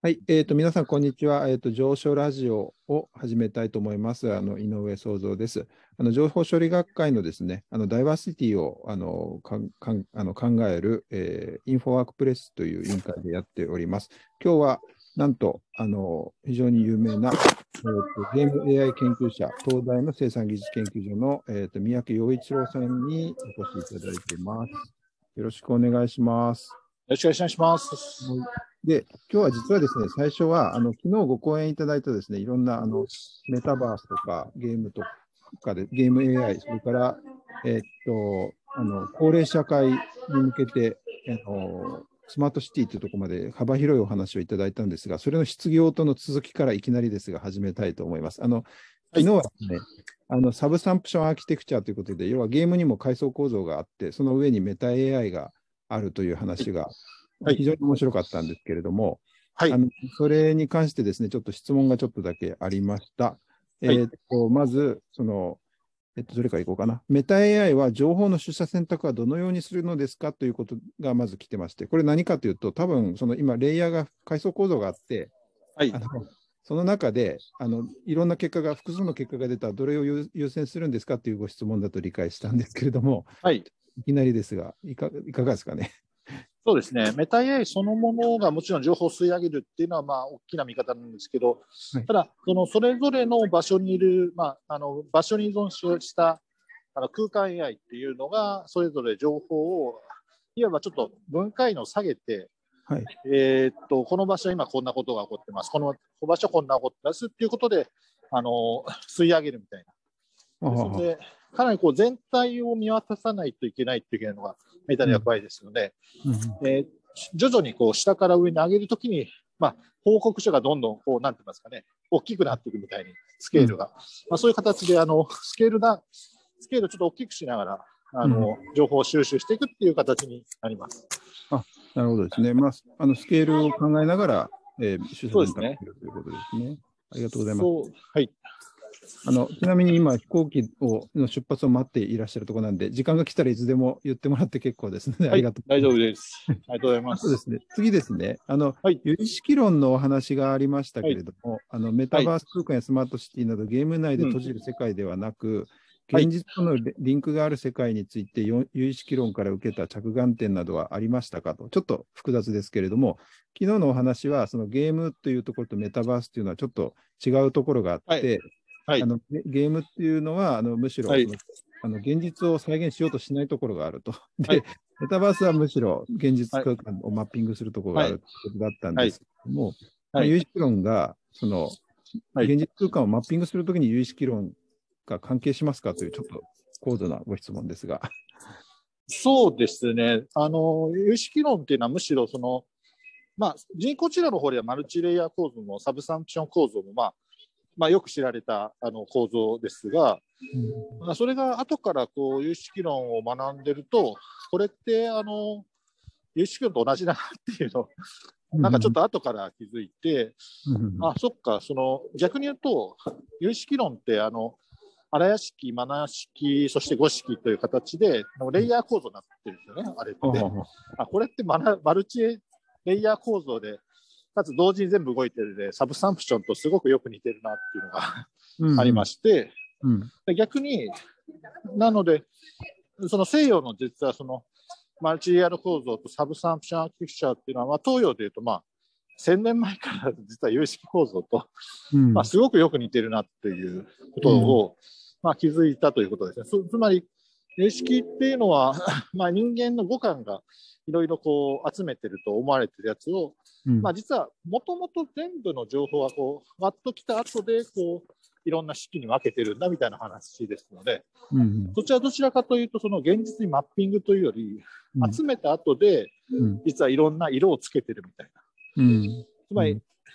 はい、皆さん、こんにちは。上昇ラジオを始めたいと思います。井上創造です。情報処理学会のですね、ダイバーシティを考える、インフォワークプレスという委員会でやっております。今日は、なんと、非常に有名な、ゲーム AI 研究者、東大の生産技術研究所の、三宅陽一郎さんにお越しいただいています。よろしくお願いします。 よろしくお願いします。 で、今日は実はですね、最初は、昨日ご講演いただいたですね、いろんな、メタバースとか、ゲームとかで、ゲーム AI、それから、高齢社会に向けて、スマートシティというところまで幅広いお話をいただいたんですが、それの質疑応答の続きからいきなりですが、始めたいと思います。昨日はですね、サブサンプションアーキテクチャということで、要はゲームにも階層構造があって、その上にメタ AI があるという話が、非常に面白かったんですけれども、 はい、 それに関してですね、ちょっと質問がちょっとだけありました。まず、どれからいこうかな。メタ AI は情報の取捨選択はどのようにするのですかということがまず来てまして、これ何かというと、多分今、レイヤーが階層構造があって、 はい、 その中でいろんな結果が、複数の結果が出たら、どれを優先するんですかというご質問だと理解したんですけれども、 はい。 いきなりですが、いかがですかね。 そうですね。メタ AI そのものがもちろん情報を吸い上げるっていうのは、まあ、大きな見方なんですけど、 はい、 ただ、それぞれの場所にいる、場所に依存した空間 AI っていうのが、それぞれ情報を、いわばちょっと分解の下げて、 はい、 この場所今こんなことが起こってます。この場所こんな起こってますっていうことで、吸い上げるみたいな。ですので、かなり全体を見渡さないといけないっていうのがメタの役割ですので、徐々に下から上に上げるときに、報告書がどんどんなんて言いますかね、大きくなっていくみたいに、スケールが。そういう形で、スケールをちょっと大きくしながら、情報を収集していくっていう形になります。 なるほどですね。スケールを考えながら、取捨選択するということですね。ありがとうございます。 はい。 ちなみに今、飛行機の出発を待っていらっしゃるところなんで、時間が来たらいつでも言ってもらって結構ですので、ありがとう大丈夫です。ありがとうございます。 そうですね。次ですね。有意識論のお話がありましたけれども、メタバース空間やスマートシティなど、ゲーム内で閉じる世界ではなく、現実とのリンクがある世界について、有意識論から受けた着眼点などはありましたかと、ちょっと複雑ですけれども、昨日のお話は、そのゲームというところとメタバースというのはちょっと違うところがあって、ゲームっていうのは、むしろ現実を再現しようとしないところがあると。で、メタバースはむしろ現実空間をマッピングするところがあるということだったんですけども、有意識論が、現実空間をマッピングするときに有意識論が関係しますかという、ちょっと高度なご質問ですが。 そうですね。有意識論っていうのはむしろ人工知能の方ではマルチレイヤー構造もサブサンプション構造もよく知られた構造ですが、それが後から有意識論を学んでると、これって有意識論と同じだなっていうのを、なんかちょっと後から気づいて、そっか、逆に言うと、有意識論って荒屋敷、マナ式、そして五式という形で、レイヤー構造になってるんですよね、あれって。これってマルチレイヤー構造で、かつ同時に全部動いてるで、サブサンプションとすごくよく似てるなっていうのがありまして、逆に、なので、その西洋の実はマルチレイヤー構造とサブサンプションアーキテクチャっていうのは、東洋でいうと1000年前から実は有識構造と、すごくよく似てるなっていうことを、気づいたということですね。つまり、有識っていうのは、人間の五感がいろいろ集めてると思われてるやつを、実はもともと全部の情報は割っときた後でいろんな式に分けてるんだみたいな話ですので、そちらどちらかというと現実にマッピングというより、集めた後で実はいろんな色をつけてるみたいな。つまり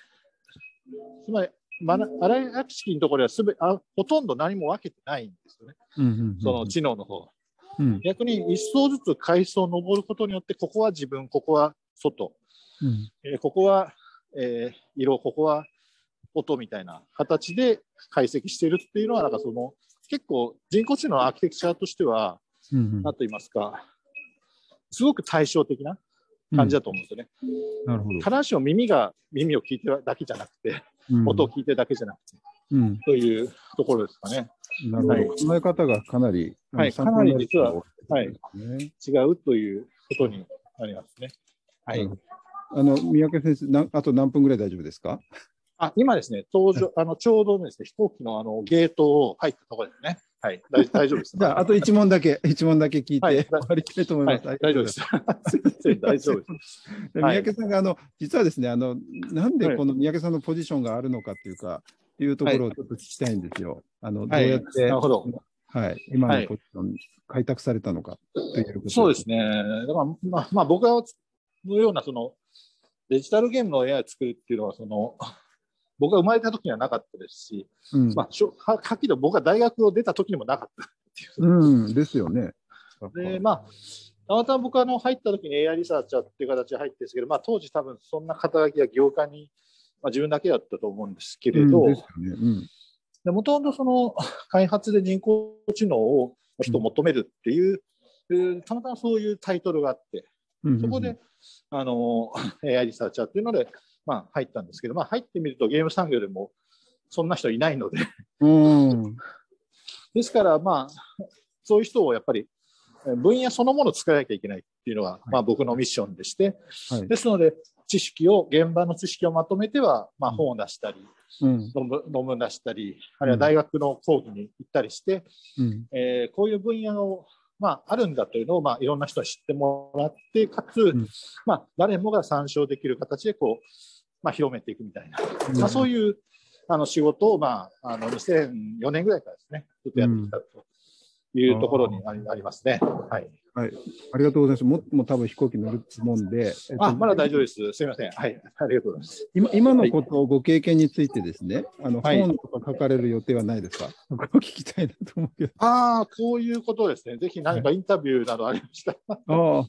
荒井明式のところではほとんど何も分けてないんですよね。その知能の方。逆に一層ずつ階層を登ることによって、ここは自分、ここは外、ここは、色、ここは音みたいな形で解析しているっていうのは、結構人工知能のアーキテクチャとしては、何と言いますか、すごく対照的な感じだと思うんですよね。 なるほど。 必ずしも耳を聞いてるだけじゃなくて、音を聞いてるだけじゃなくて、というところですかね。 なるほど。考え方がかなり、 かなり実は、違うということになりますね。はい。 三宅先生、あと何分ぐらい大丈夫ですか？ 今ですね、ちょうどですね、飛行機のゲートを入ったところですね。はい、大丈夫です。 じゃあ、あと1問だけ聞いて終わりたいと思います。 大丈夫です。すみません、大丈夫です。 三宅さんが、実はですね、なんでこの三宅さんのポジションがあるのかっていうか、っていうところをちょっと聞きたいんですよ。どうやって、 なるほど。 今のポジション開拓されたのかということ。 そうですね。だから僕のようなデジタルゲームの AI を作るっていうのは僕が生まれた時にはなかったですし、はっきりと僕が大学を出た時にもなかったっていう。 ですよね。 で、たまたま僕入った時に AI リサーチャーっていう形で入ってるんですけど、当時多分そんな肩書きは業界に、自分だけだったと思うんですけれど、もともと開発で人工知能を人を求めるっていう、たまたまそういうタイトルがあって、そこでAI リサーチャーっていうので、入ったんですけど、入ってみるとゲーム産業でもそんな人いないのでですから、そういう人をやっぱり分野そのものを作らなきゃいけないっていうのが、僕のミッションでして、ですので現場の知識をまとめては、本を出したり、論文出したり、あるいは大学の講義に行ったりして、こういう分野をあるんだというのを、いろんな人に知ってもらって、かつ、誰もが参照できる形で広めていくみたいな、そういう仕事を、2004年ぐらいからですね、ずっとやってきたというところになりますね。はい。 ありがとうございます。もう多分飛行機乗ると思うんで。 まだ大丈夫です。すみません。はい。ありがとうございます。 今のことをご経験についてですね、本とか書かれる予定はないですか？聞きたいなと思うけど。 こういうことですね。ぜひ何かインタビューなどありましたら。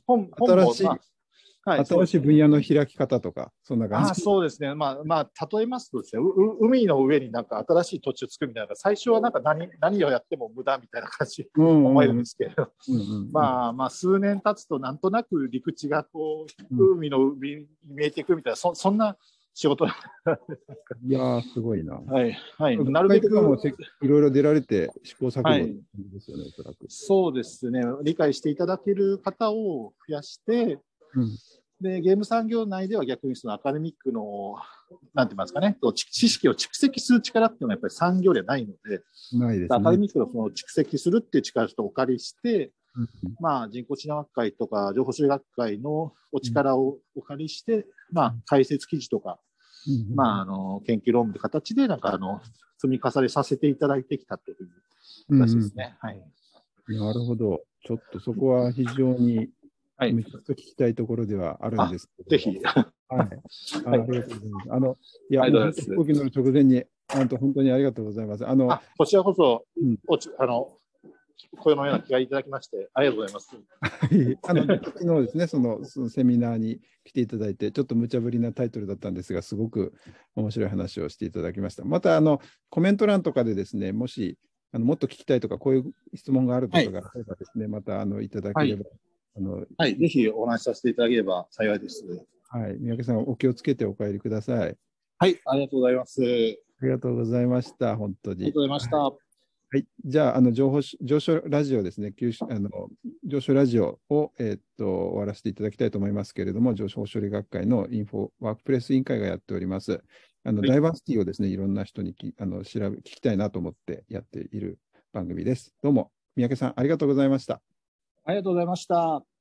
新しい分野の開き方とか、そんな感じ。 そうですね。例えますとですね、海の上に新しい土地を作るみたいな、最初は何をやっても無駄みたいな感じ思えるんですけれど、数年経つとなんとなく陸地が海の上に見えていくみたいな、そんな仕事。 いやー、すごいな。 なるべくいろいろ出られて試行錯誤ですよね、おそらく。 そうですね。理解していただける方を増やして、でゲーム産業内では逆にアカデミックのなんて言いますかね、知識を蓄積する力っていうのはやっぱり産業ではないので、アカデミックの蓄積するっていう力をちょっとお借りして、人工知能学会とか情報処理学会のお力をお借りして、解説記事とか、研究論文の形で積み重ねさせていただいてきたという形ですね。 なるほど。ちょっとそこは非常にめちゃくちゃ聞きたいところではあるんですけど。 ぜひ。 ありがとうございます。飛行機乗る直前に、本当にありがとうございます。 こちらこそ、このような機会いただきまして、ありがとうございます。 昨日ですね、そのセミナーに来ていただいて、ちょっと無茶ぶりなタイトルだったんですが、すごく面白い話をしていただきました。また、コメント欄とかでですね、もし、もっと聞きたいとか、こういう質問があるとかがあればですね、またいただければ。 ぜひお話しさせていただければ幸いです。 三宅さん、お気をつけてお帰りください。 ありがとうございます。 ありがとうございました。本当に。 ありがとうございました。 じゃあ、上昇ラジオですね、上昇ラジオを、終わらせていただきたいと思いますけれども、情報処理学会のインフォワークプレス委員会がやっております。ダイバーシティをですね、いろんな人に聞きたいなと思ってやっている番組です。どうも、三宅さん、ありがとうございました。 ありがとうございました。